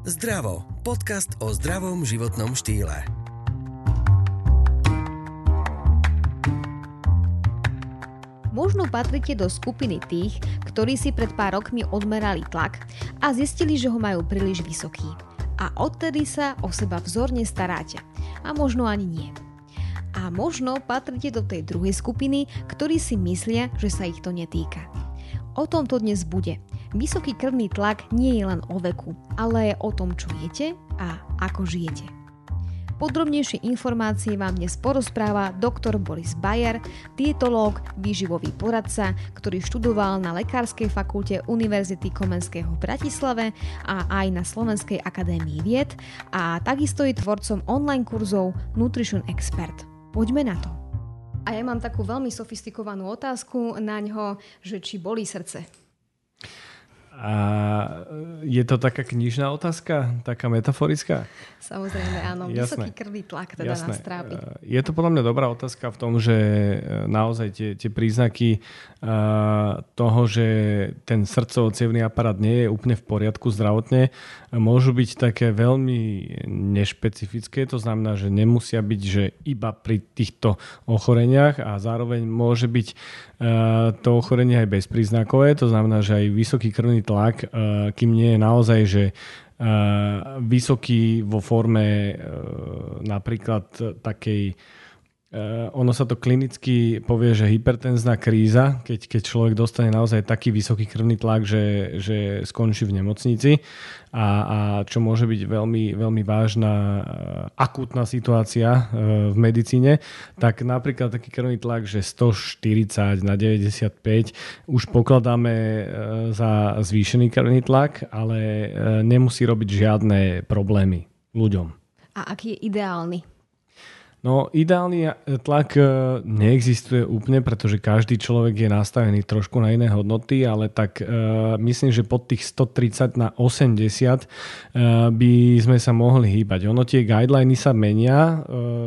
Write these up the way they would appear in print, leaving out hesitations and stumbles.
Zdravo. Podcast o zdravom životnom štýle. Možno patríte do skupiny tých, ktorí si pred pár rokmi odmerali tlak a zistili, že ho majú príliš vysoký. A odtedy sa o seba vzorne staráte. A možno ani nie. A možno patríte do tej druhej skupiny, ktorí si myslia, že sa ich to netýka. O tom to dnes bude. Vysoký krvný tlak nie je len o veku, ale aj o tom, čo jete a ako žijete. Podrobnejšie informácie vám dnes porozpráva doktor Boris Bayer, dietológ, výživový poradca, ktorý študoval na Lekárskej fakulte Univerzity Komenského v Bratislave a aj na Slovenskej akadémii vied a takisto je tvorcom online kurzov Nutrition Expert. Poďme na to. A ja mám takú veľmi sofistikovanú otázku na ňo, že či bolí srdce. A je to taká knižná otázka? Taká metaforická? Samozrejme, áno. Jasné. Vysoký krvný tlak teda nás trápi. Je to podľa mňa dobrá otázka v tom, že naozaj tie príznaky toho, že ten srdcovo-cievny aparát nie je úplne v poriadku zdravotne, môžu byť také veľmi nešpecifické. To znamená, že nemusia byť, že iba pri týchto ochoreniach a zároveň môže byť to ochorenie aj bezpríznakové. To znamená, že aj vysoký krvný tlak, kým nie je naozaj, že vysoký vo forme napríklad takej, ono sa to klinicky povie, že hypertenzná kríza, keď človek dostane naozaj taký vysoký krvný tlak, že skončí v nemocnici a čo môže byť veľmi, veľmi vážna akútna situácia v medicíne, tak napríklad taký krvný tlak, že 140 na 95 už pokladáme za zvýšený krvný tlak, ale nemusí robiť žiadne problémy ľuďom. A aký je ideálny? No, ideálny tlak neexistuje úplne, pretože každý človek je nastavený trošku na iné hodnoty, ale tak myslím, že pod tých 130 na 80 by sme sa mohli hýbať. Ono tie guideliny sa menia,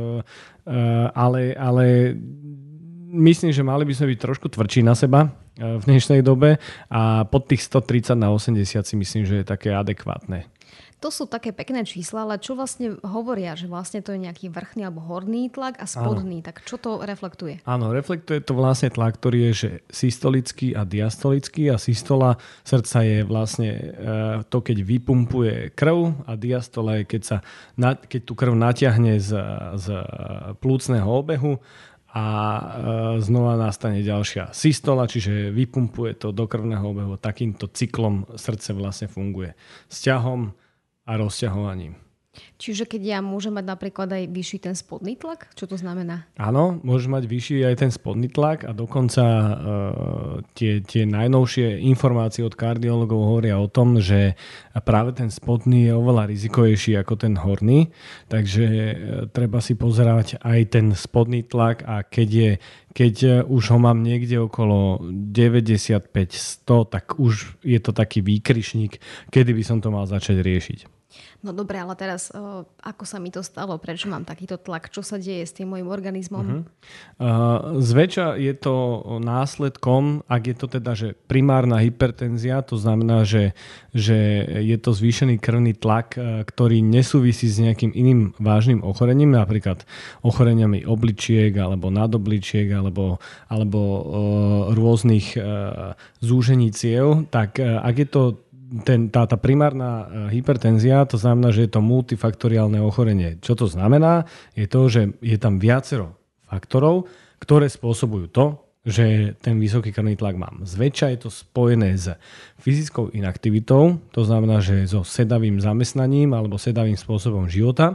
ale myslím, že mali by sme byť trošku tvrdší na seba v dnešnej dobe a pod tých 130 na 80 si myslím, že je také adekvátne. To sú také pekné čísla, ale čo vlastne hovoria, že vlastne to je nejaký vrchný alebo horný tlak a spodný, tak čo to reflektuje? Áno, reflektuje to vlastne tlak, ktorý je že systolický a diastolický a systola srdca je vlastne to, keď vypumpuje krv a diastola je, keď tú krv natiahne z plúcneho obehu a znova nastane ďalšia systola, čiže vypumpuje to do krvného obehu. Takýmto cyklom srdce vlastne funguje. S ťahom a rozťahovaním. Čiže keď ja môžem mať napríklad aj vyšší ten spodný tlak? Čo to znamená? Áno, môžeš mať vyšší aj ten spodný tlak a dokonca tie najnovšie informácie od kardiologov hovoria o tom, že práve ten spodný je oveľa rizikovejší ako ten horný, takže treba si pozerať aj ten spodný tlak a keď už ho mám niekde okolo 95-100, tak už je to taký výkrišník, kedy by som to mal začať riešiť. No dobre, ale teraz ako sa mi to stalo? Prečo mám takýto tlak? Čo sa deje s tým môjim organizmom? Zväčša je to následkom, ak je to teda že primárna hypertenzia, to znamená, že je to zvýšený krvný tlak, ktorý nesúvisí s nejakým iným vážnym ochorením, napríklad ochoreniami obličiek alebo nadobličiek alebo rôznych zúžení ciev, tak ak je to tá primárna hypertenzia, to znamená, že je to multifaktoriálne ochorenie. Čo to znamená? Je to, že je tam viacero faktorov, ktoré spôsobujú to, že ten vysoký krvný tlak mám. Zväčša je to spojené s fyzickou inaktivitou, to znamená, že so sedavým zamestnaním alebo sedavým spôsobom života.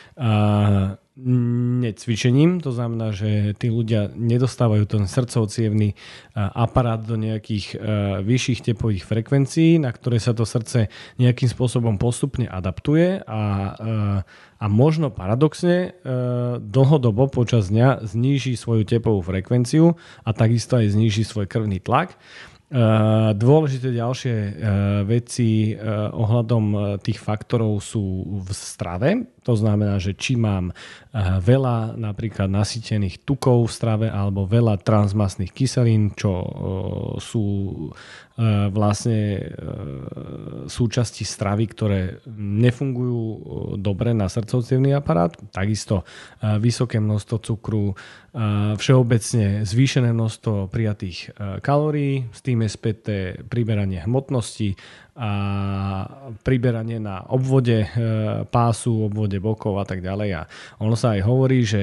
Necvičením, to znamená, že tí ľudia nedostávajú ten srdcovo-cievny aparát do nejakých vyšších tepových frekvencií, na ktoré sa to srdce nejakým spôsobom postupne adaptuje a možno paradoxne dlhodobo počas dňa zníži svoju tepovú frekvenciu a takisto aj zníži svoj krvný tlak. Dôležité ďalšie veci ohľadom tých faktorov sú v strave. To znamená, že či mám veľa napríklad nasýtených tukov v strave alebo veľa transmastných kyselín, čo sú vlastne súčasti stravy, ktoré nefungujú dobre na srdcovo-cievny aparát. Takisto vysoké množstvo cukru, všeobecne zvýšené množstvo prijatých kalórií, s tým je späté priberanie hmotnosti a priberanie na obvode pásu, obvode bokov a tak ďalej. A ono sa aj hovorí, že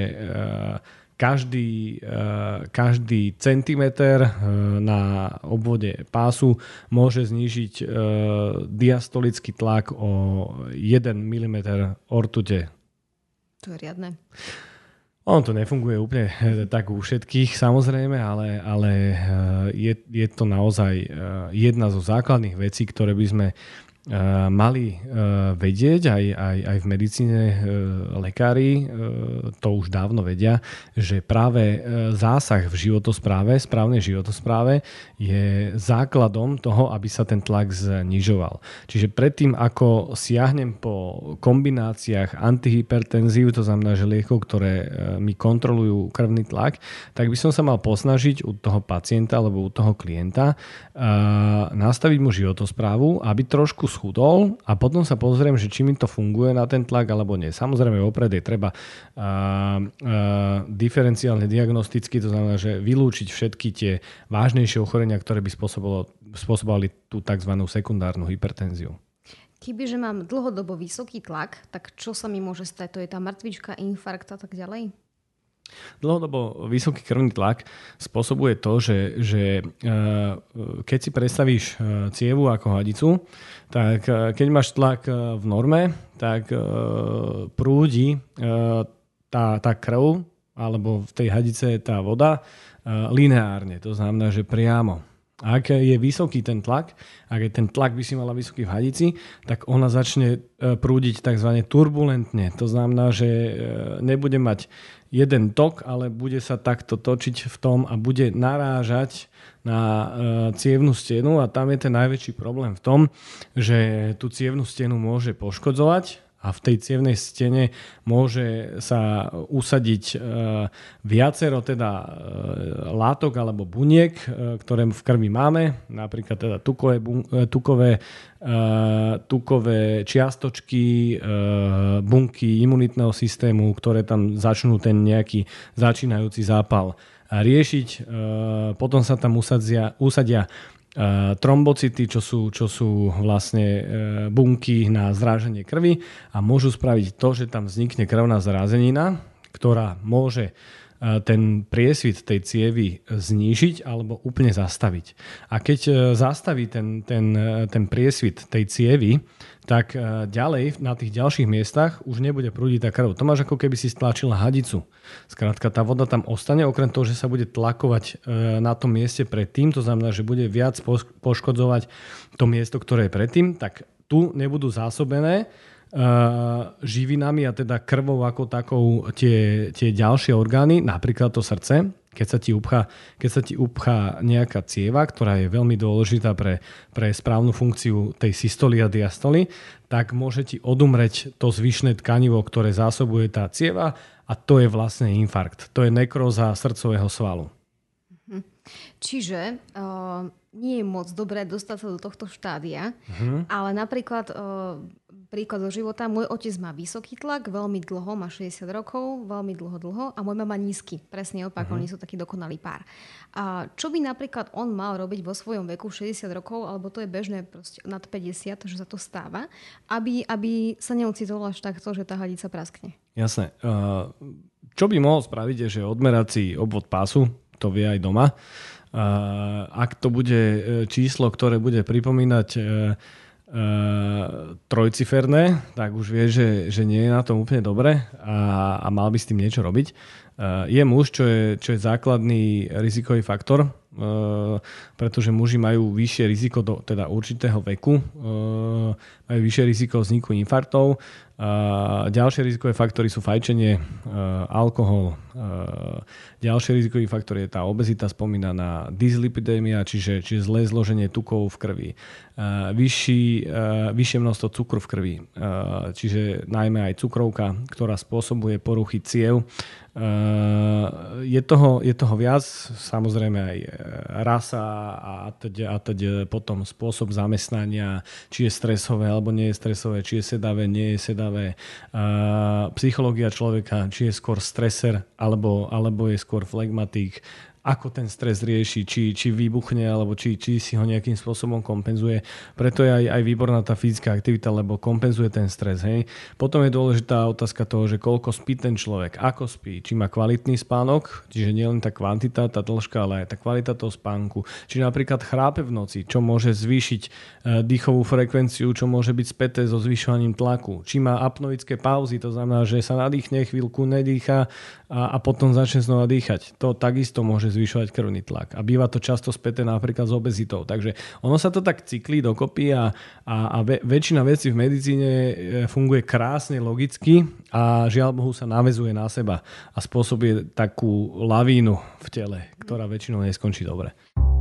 každý centimeter na obvode pásu môže znížiť diastolický tlak o 1 mm ortute. To je riadne. Ono to nefunguje úplne tak u všetkých, samozrejme, ale je to naozaj jedna zo základných vecí, ktoré by sme mali vedieť, aj v medicíne lekári to už dávno vedia, že práve zásah v životospráve, správnej životospráve je základom toho, aby sa ten tlak znižoval. Čiže predtým, ako siahnem po kombináciách antihypertenzív, to znamená, že liekov, ktoré mi kontrolujú krvný tlak, tak by som sa mal posnažiť u toho pacienta alebo u toho klienta nastaviť mu životosprávu, aby trošku schudol a potom sa pozriem, že či mi to funguje na ten tlak alebo nie. Samozrejme opred je treba diferenciálne diagnosticky, to znamená, že vylúčiť všetky tie vážnejšie ochorenia, ktoré by spôsobovali tú tzv. Sekundárnu hypertenziu. Kebyže mám dlhodobo vysoký tlak, tak čo sa mi môže stať? To je tá mŕtvička, infarkt a tak ďalej? Dlhodobo vysoký krvný tlak spôsobuje to, že keď si predstavíš cievu ako hadicu, tak keď máš tlak v norme, tak prúdi tá krv, alebo v tej hadice tá voda lineárne, to znamená, že priamo. Ak je vysoký ten tlak, ak je ten tlak by si mala vysoký v hadici, tak ona začne prúdiť tzv. Turbulentne. To znamená, že nebude mať jeden tok, ale bude sa takto točiť v tom a bude narážať na cievnu stenu a tam je ten najväčší problém v tom, že tú cievnu stenu môže poškodzovať a v tej cievnej stene môže sa usadiť viacero teda látok alebo buniek, ktoré v krvi máme, napríklad teda tukové čiastočky, bunky imunitného systému, ktoré tam začnú ten nejaký začínajúci zápal riešiť. Potom sa tam usadia trombocity, čo sú vlastne bunky na zráženie krvi a môžu spraviť to, že tam vznikne krvná zrázenina, ktorá môže ten priesvit tej cievy znížiť alebo úplne zastaviť. A keď zastaví ten priesvit tej cievy, tak ďalej na tých ďalších miestach už nebude prúdiť tá krv. To máš ako keby si stlačila hadicu. Skrátka tá voda tam ostane, okrem toho, že sa bude tlakovať na tom mieste predtým, to znamená, že bude viac poškodzovať to miesto, ktoré je predtým, tak tu nebudú zásobené živinami a teda krvou ako takou tie ďalšie orgány, napríklad to srdce. Keď sa ti upchá nejaká cieva, ktorá je veľmi dôležitá pre správnu funkciu tej systoly a diastoly, tak môže ti odumreť to zvyšné tkanivo, ktoré zásobuje tá cieva a to je vlastne infarkt. To je nekróza srdcového svalu. Čiže nie je moc dobré dostať sa do tohto štádia, ale napríklad príklad zo života, môj otec má vysoký tlak, veľmi dlho, má 60 rokov, veľmi dlho a môj mama nízky, presne opak, oni sú taký dokonalý pár. A čo by napríklad on mal robiť vo svojom veku 60 rokov, alebo to je bežné proste nad 50, že sa to stáva, aby sa neocitol až takto, že tá hadica praskne? Jasné. Čo by mohol spraviť je, že odmerať si obvod pásu, to vie aj doma. Ak to bude číslo, ktoré bude pripomínať trojciferné, tak už vie, že nie je na tom úplne dobre a mal by s tým niečo robiť. Je muž, čo je základný rizikový faktor, pretože muži majú vyššie riziko do teda určitého veku, majú vyššie riziko vzniku infarktov. Ďalšie rizikové faktory sú fajčenie, alkohol. Ďalšie rizikový faktor je tá obezita spomínaná, dyslipidémia, čiže zlé zloženie tukov v krvi. Vyššie množstvo cukru v krvi, čiže najmä aj cukrovka, ktorá spôsobuje poruchy ciev. Je toho viac, samozrejme aj rasa a teď potom spôsob zamestnania, či je stresové alebo nie je stresové, či je sedavé, nie je sedavé. Psychológia človeka, či je skôr streser alebo je skôr flegmatik. Ako ten stres rieši, či vybuchne, alebo či si ho nejakým spôsobom kompenzuje. Preto je aj výborná tá fyzická aktivita, lebo kompenzuje ten stres. Hej. Potom je dôležitá otázka toho, že koľko spí ten človek, ako spí, či má kvalitný spánok, čiže nielen tá kvantita, tá dĺžka, ale aj tá kvalita toho spánku. Či napríklad chrápe v noci, čo môže zvýšiť dýchovú frekvenciu, čo môže byť späté so zvyšovaním tlaku. Či má apnoické pauzy, to znamená, že sa nadýchne, chvíľku nedýcha a potom začne znova dýchať. To takisto môže zvyšovať krvný tlak. A býva to často späté napríklad s obezitou. Takže ono sa to tak cyklí dokopy a väčšina vecí v medicíne funguje krásne, logicky a žiaľ Bohu sa naväzuje na seba a spôsobuje takú lavínu v tele, ktorá väčšinou neskončí dobre.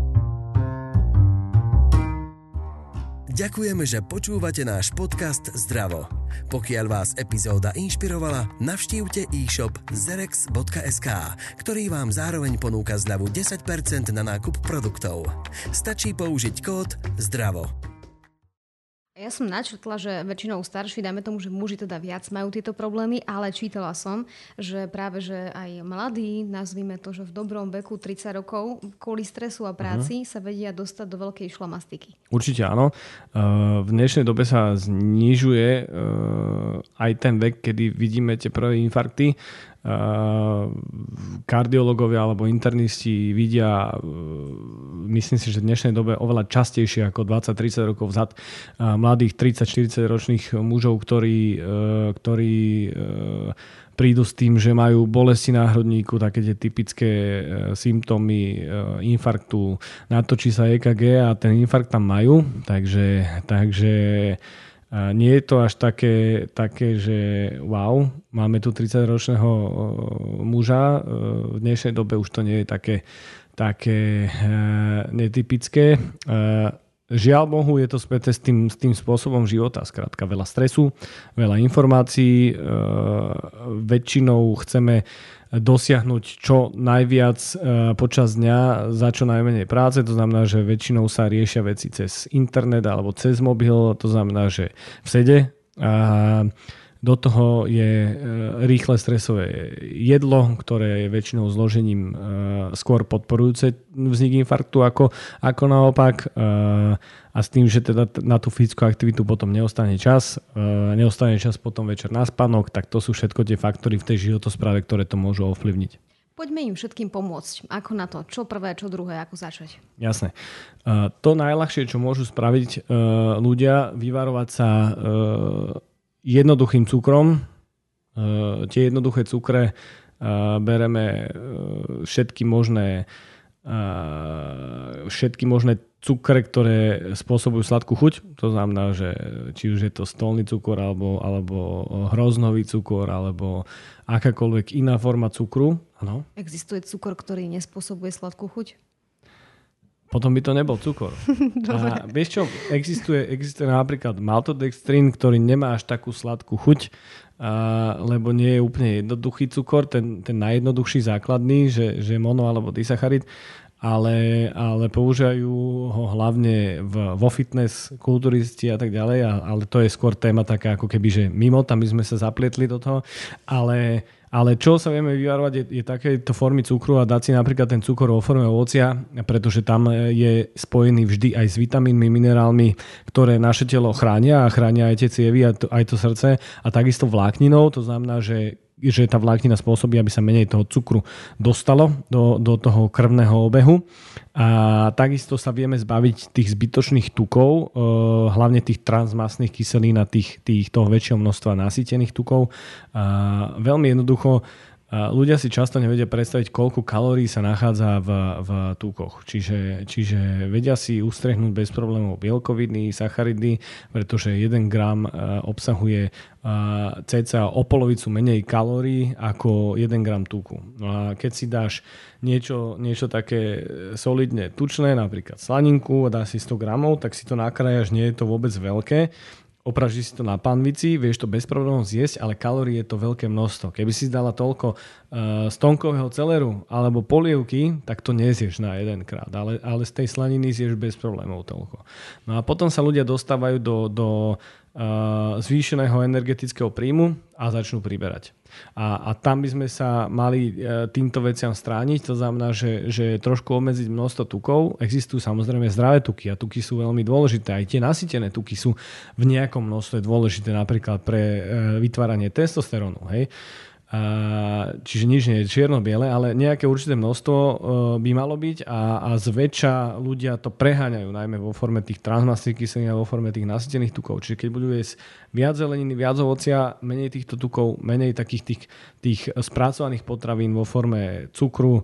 Ďakujeme, že počúvate náš podcast Zdravo. Pokiaľ vás epizóda inšpirovala, navštívte e-shop zerex.sk, ktorý vám zároveň ponúka zľavu 10% na nákup produktov. Stačí použiť kód ZDRAVO. Ja som načrtla, že väčšinou starší, dajme tomu, že muži teda viac majú tieto problémy, ale čítala som, že práve že aj mladí, nazvime to, že v dobrom veku 30 rokov, kvôli stresu a práci sa vedia dostať do veľkej šlamastiky. Určite áno. V dnešnej dobe sa znižuje aj ten vek, kedy vidíme tie prvé infarkty. Kardiológovia alebo internisti vidia, myslím si, že v dnešnej dobe oveľa častejšie ako 20-30 rokov vzad mladých 30-40 ročných mužov, ktorí prídu s tým, že majú bolesti na hrudníku, také tie typické symptómy infarktu, natočí sa EKG a ten infarkt tam majú, takže nie je to až také, že wow, máme tu 30-ročného muža, v dnešnej dobe už to nie je také netypické. Žiaľ Bohu, je to späté s tým spôsobom života. Skrátka veľa stresu, veľa informácií, väčšinou chceme dosiahnuť čo najviac počas dňa za čo najmenej práce. To znamená, že väčšinou sa riešia veci cez internet alebo cez mobil. To znamená, že v sede. Do toho je rýchle stresové jedlo, ktoré je väčšinou zložením skôr podporujúce vznik infarktu ako naopak. A s tým, že teda na tú fyzickú aktivitu potom neostane čas potom večer na spánok, tak to sú všetko tie faktory v tej životospráve, ktoré to môžu ovplyvniť. Poďme im všetkým pomôcť. Ako na to? Čo prvé, čo druhé, ako začať? Jasné. To najľahšie, čo môžu spraviť ľudia, vyvarovať sa jednoduchým cukrom. Tie jednoduché cukre bereme všetky možné cukre, ktoré spôsobujú sladkú chuť. To znamená, že či už je to stolný cukor alebo hroznový cukor alebo akákoľvek iná forma cukru. Ano. Existuje cukor, ktorý nespôsobuje sladkú chuť? Potom by to nebol cukor. A vieš čo, existuje napríklad maltodextrín, ktorý nemá až takú sladkú chuť, lebo nie je úplne jednoduchý cukor, ten najjednoduchší základný, že je mono alebo disacharid, ale používajú ho hlavne vo fitness, kulturisti a tak ďalej, ale to je skôr téma taká ako keby, že mimo, tam by sme sa zaplietli do toho, ale čo sa vieme vyvarovať je takéto formy cukru a dať si napríklad ten cukor vo forme ovocia, pretože tam je spojený vždy aj s vitamínmi, minerálmi, ktoré naše telo chránia a chránia aj tie cievy a aj to srdce a takisto vlákninou, to znamená, že tá vláknina spôsobí, aby sa menej toho cukru dostalo do toho krvného obehu. A takisto sa vieme zbaviť tých zbytočných tukov, hlavne tých transmastných kyselín a toho väčšieho množstva nasýtených tukov. Veľmi jednoducho ľudia si často nevedia predstaviť, koľko kalórií sa nachádza v tukoch. Čiže vedia si ustrehnúť bez problémov bielkoviny, sacharidy, pretože 1 gram obsahuje cca o polovicu menej kalórií ako 1 gram tuku. No a keď si dáš niečo také solidne tučné, napríklad slaninku, a dáš si 100 gramov, tak si to nakrájaš, nie je to vôbec veľké. Opražíš si to na panvici, vieš to bez problémov zjesť, ale kalórií je to veľké množstvo. Keby si dala toľko stonkového celeru alebo polievky, tak to nezješ na jedenkrát, ale z tej slaniny zješ bez problémov toľko. No a potom sa ľudia dostávajú do zvýšeného energetického príjmu a začnú priberať. A tam by sme sa mali týmto veciam strániť, to znamená, že trošku obmedziť množstvo tukov. Existujú samozrejme zdravé tuky a tuky sú veľmi dôležité. Aj tie nasýtené tuky sú v nejakom množstve dôležité, napríklad pre vytváranie testosterónu. Hej? Čiže nič nie je čierno-biele, ale nejaké určité množstvo by malo byť a zväčša ľudia to preháňajú, najmä vo forme tých transmastných kyselín a vo forme tých nasýtených tukov. Čiže keď budú jesť viac zeleniny, viac ovocia, menej týchto tukov, menej takých tých spracovaných potravín vo forme cukru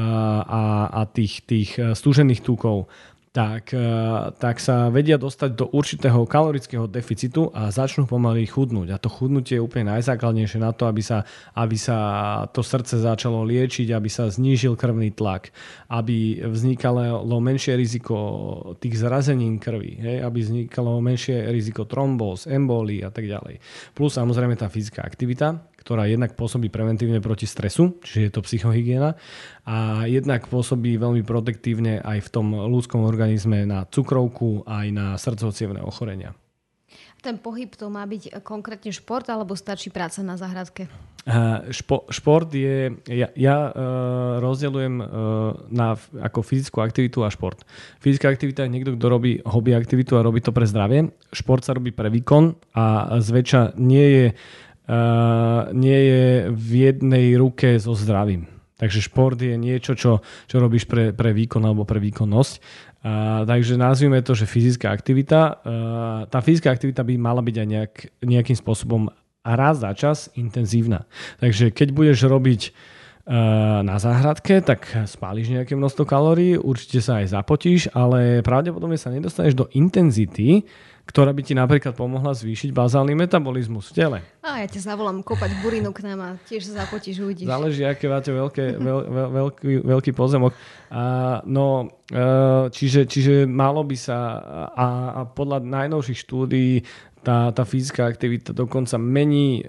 a tých stúžených tukov, tak sa vedia dostať do určitého kalorického deficitu a začnú pomaly chudnúť. A to chudnutie je úplne najzákladnejšie na to, aby sa to srdce začalo liečiť, aby sa znížil krvný tlak, aby vznikalo menšie riziko tých zrazenín krvi, aby vznikalo menšie riziko trombóz, embólií a tak ďalej. Plus samozrejme tá fyzická aktivita, ktorá jednak pôsobí preventívne proti stresu, čiže je to psychohygiena, a jednak pôsobí veľmi protektívne aj v tom ľudskom organizme na cukrovku aj na srdcovo-cievne ochorenia. Ten pohyb to má byť konkrétne šport alebo stačí práca na záhradke? Šport je, ja rozdeľujem ako fyzickú aktivitu a šport. Fyzická aktivita je niekto, kto robí hobby aktivitu a robí to pre zdravie. Šport sa robí pre výkon a zväčša nie je v jednej ruke so zdravím. Takže šport je niečo, čo robíš pre výkon alebo pre výkonnosť. Takže nazvime to, že fyzická aktivita. Tá fyzická aktivita by mala byť aj nejakým spôsobom raz za čas intenzívna. Takže keď budeš robiť na záhradke, tak spáliš nejaké množstvo kalórií, určite sa aj zapotíš, ale pravdepodobne sa nedostaneš do intenzity, ktorá by ti napríklad pomohla zvýšiť bazálny metabolizmus v tele. Ja ťa zavolám kopať burinu k nám a tiež sa zapotíš, uvidíš. Záleží, aké máte veľký pozemok. Čiže malo by sa a podľa najnovších štúdií tá fyzická aktivita dokonca mení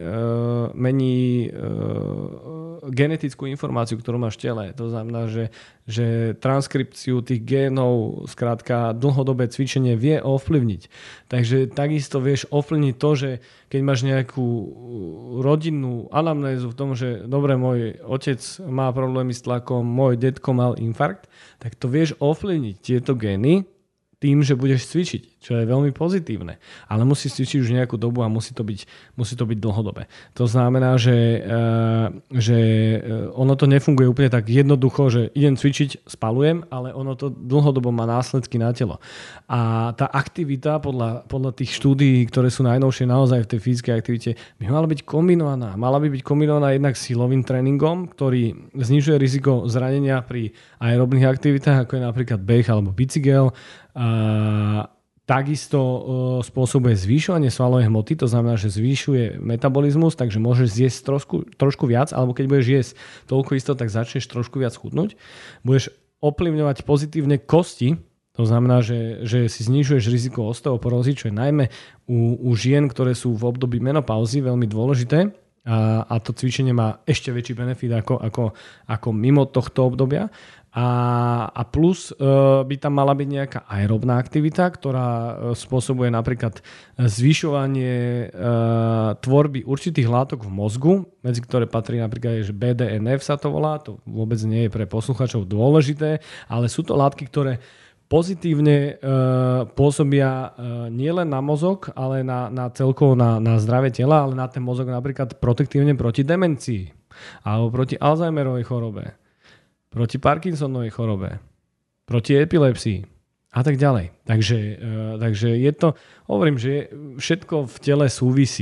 genetickú informáciu, ktorú máš v tele. To znamená, že transkripciu tých génov, skrátka dlhodobé cvičenie vie ovplyvniť. Takže takisto vieš ovplyvniť to, že keď máš nejakú rodinnú anamnézu v tom, že dobre, môj otec má problémy s tlakom, môj detko mal infarkt, tak to vieš ovplyvniť tieto gény tým, že budeš cvičiť, čo je veľmi pozitívne. Ale musíš cvičiť už nejakú dobu a musí to byť dlhodobé. To znamená, že ono to nefunguje úplne tak jednoducho, že idem cvičiť, spalujem, ale ono to dlhodobo má následky na telo. A tá aktivita podľa tých štúdií, ktoré sú najnovšie naozaj v tej fyzickej aktivite, by mala byť kombinovaná. Mala by byť kombinovaná jednak silovým tréningom, ktorý znižuje riziko zranenia pri aerobných aktivitách, ako je napríklad beh alebo bicykel. Takisto spôsobuje zvyšovanie svalovej hmoty, to znamená, že zvyšuje metabolizmus, takže môžeš zjesť trošku viac, alebo keď budeš jesť toľko isto, tak začneš trošku viac chudnúť. Budeš ovplyvňovať pozitívne kosti, to znamená, že si znižuješ riziko osteoporózy, čo je najmä u žien, ktoré sú v období menopauzy veľmi dôležité. A to cvičenie má ešte väčší benefit ako mimo tohto obdobia. A plus by tam mala byť nejaká aerobná aktivita, ktorá spôsobuje napríklad zvyšovanie tvorby určitých látok v mozgu, medzi ktoré patrí napríklad, že BDNF sa to volá, to vôbec nie je pre poslucháčov dôležité, ale sú to látky, ktoré pozitívne pôsobia nielen na mozog, ale na celkovo na zdravie tela, ale na ten mozog napríklad protektívne proti demencii alebo proti Alzheimerovej chorobe, proti Parkinsonovej chorobe, proti epilepsii a tak ďalej. Takže je to, hovorím, že všetko v tele súvisí.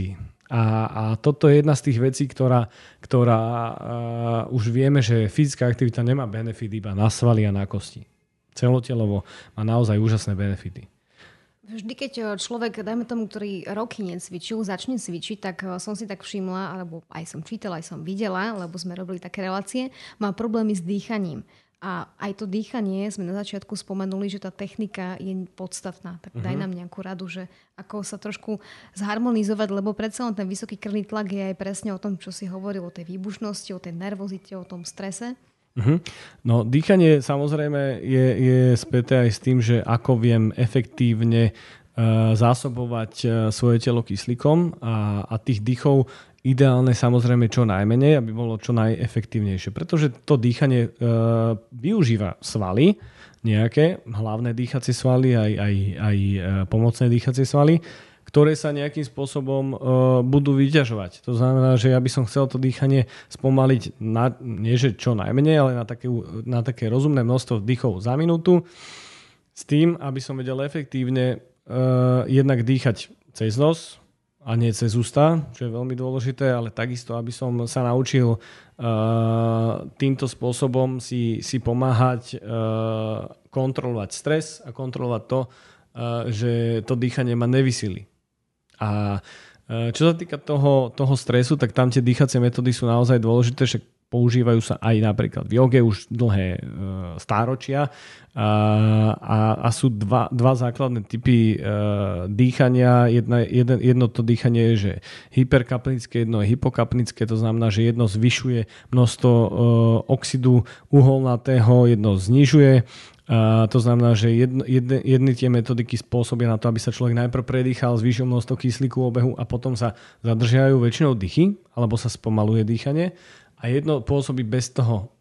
A toto je jedna z tých vecí, ktorá už vieme, že fyzická aktivita nemá benefit iba na svaly a na kosti. Celotelovo má naozaj úžasné benefity. Vždy, keď človek, dajme tomu, ktorý roky necvičil, začne cvičiť, tak som si tak všimla, alebo aj som čítala, aj som videla, lebo sme robili také relácie, má problémy s dýchaním. A aj to dýchanie, sme na začiatku spomenuli, že tá technika je podstatná. Tak daj nám nejakú radu, že ako sa trošku zharmonizovať, lebo predsa len ten vysoký krvný tlak je aj presne o tom, čo si hovoril, o tej výbušnosti, o tej nervozite, o tom strese. No, dýchanie samozrejme je späté aj s tým, že ako viem efektívne zásobovať svoje telo kyslíkom a tých dýchov ideálne samozrejme čo najmenej, aby bolo čo najefektívnejšie. Pretože to dýchanie využíva svaly, nejaké hlavné dýchacie svaly, aj pomocné dýchacie svaly, ktoré sa nejakým spôsobom budú vyťažovať. To znamená, že ja by som chcel to dýchanie spomaliť nie že čo najmenej, ale na také rozumné množstvo dýchov za minútu s tým, aby som vedel efektívne jednak dýchať cez nos a nie cez ústa, čo je veľmi dôležité, ale takisto, aby som sa naučil týmto spôsobom si pomáhať kontrolovať stres a kontrolovať to, že to dýchanie ma nevysíli. A čo sa týka toho stresu, tak tam tie dýchacie metódy sú naozaj dôležité, že používajú sa aj napríklad v joge už dlhé stáročia a sú dva základné typy dýchania. Jedno to dýchanie je, že hyperkapnické, jedno je hypokapnické, to znamená, že jedno zvyšuje množstvo oxidu uholnatého, jedno znižuje. To znamená, že jedny tie metodiky spôsobia na to, aby sa človek najprv predýchal, zvýšil množstvo kyslíku v obehu a potom sa zadržiavajú väčšinou dýchy, alebo sa spomaluje dýchanie. A jedno pôsobí bez toho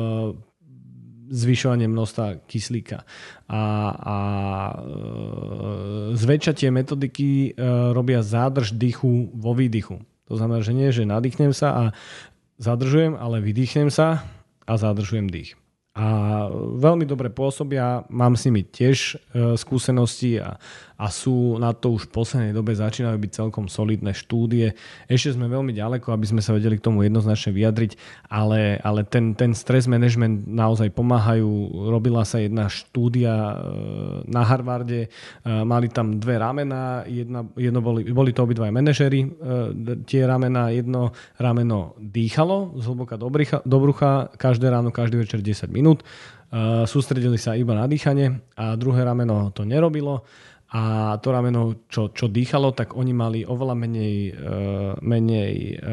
zvyšovanie množstva kyslíka. A zväčša tie metodiky robia zádrž dýchu vo výdychu. To znamená, že nie, že nadýchnem sa a zadržujem, ale vydýchnem sa a zadržujem dých. A veľmi dobre pôsobia, mám s nimi tiež skúsenosti a sú na to už v poslednej dobe začínajú byť celkom solidné štúdie. Ešte sme veľmi ďaleko, aby sme sa vedeli k tomu jednoznačne vyjadriť, ale ten stres management naozaj pomáhajú. Robila sa jedna štúdia na Harvarde, mali tam dve ramená, boli to obidvaja manažéri, tie ramená, jedno rameno dýchalo zhlboka do brucha, každé ráno, každý večer 10 minút. Sústredili sa iba na dýchanie a druhé rameno to nerobilo. A to rameno, čo dýchalo, tak oni mali oveľa menej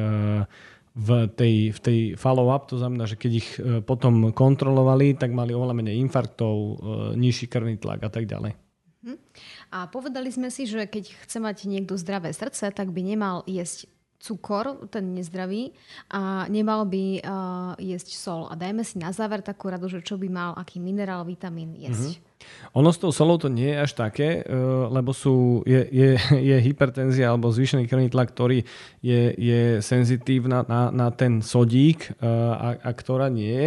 v tej follow-up. To znamená, že keď ich potom kontrolovali, tak mali oveľa menej infarktov, nižší krvný tlak a tak ďalej. A povedali sme si, že keď chce mať niekto zdravé srdce, tak by nemal jesť cukor, ten nezdravý, a nemal by jesť sol. A dajme si na záver takú radu, že čo by mal, aký minerál, vitamín jesť. Ono s tou solou to nie je až také, lebo je hypertenzia alebo zvýšený krvný tlak, ktorý je senzitívna na ten sodík a ktorá nie je.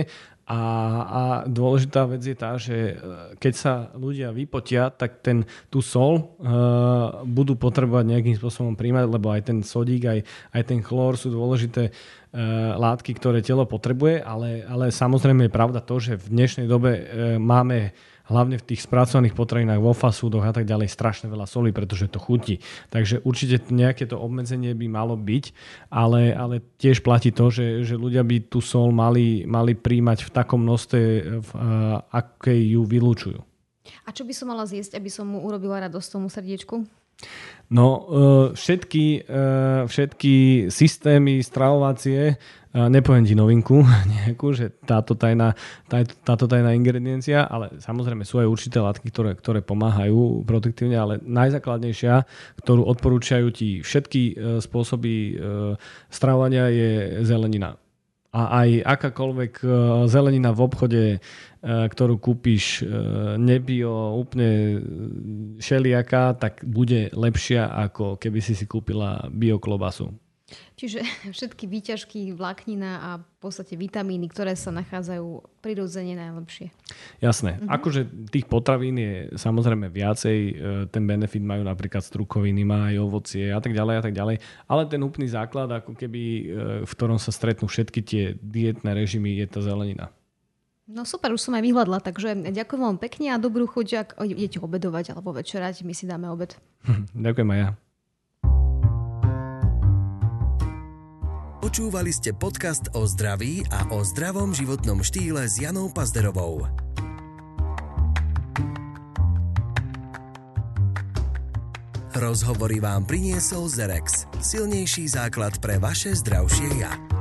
A dôležitá vec je tá, že keď sa ľudia vypotia, tak tú sol budú potrebovať nejakým spôsobom príjmať, lebo aj ten sodík, aj ten chlór sú dôležité látky, ktoré telo potrebuje, ale samozrejme je pravda to, že v dnešnej dobe máme hlavne v tých spracovaných potravinách, vo fast foodoch a tak ďalej strašne veľa soli, pretože to chutí. Takže určite nejaké to obmedzenie by malo byť, ale tiež platí to, že ľudia by tú sol mali príjmať v takom množstve, aké ju vylúčujú. A čo by som mala zjesť, aby som mu urobila radosť tomu srdiečku? No, všetky systémy stravovacie, nepoviem ti novinku nejakú, že táto tajná ingrediencia, ale samozrejme sú aj určité látky, ktoré pomáhajú protektívne, ale najzákladnejšia, ktorú odporúčajú ti všetky spôsoby stravovania, je zelenina. A aj akákoľvek zelenina v obchode, ktorú kúpiš nebio, úplne všelijaká, tak bude lepšia, ako keby si kúpila bioklobasu. Čiže všetky výťažky, vláknina a v podstate vitamíny, ktoré sa nachádzajú prirodzene najlepšie. Jasné. Akože tých potravín je samozrejme viacej. Ten benefit majú napríklad strukoviny, má aj ovocie a tak ďalej. Ale ten úplný základ, ako keby, v ktorom sa stretnú všetky tie dietné režimy, je tá zelenina. No super, už som aj vyhľadla, takže ďakujem vám pekne a dobrú chuť, ak idete obedovať alebo večerať, my si dáme obed. Ďakujem aj ja. Počúvali ste podcast o zdraví a o zdravom životnom štýle s Janou Pazderovou. Rozhovory vám priniesol Zerex. Silnejší základ pre vaše zdravšie ja.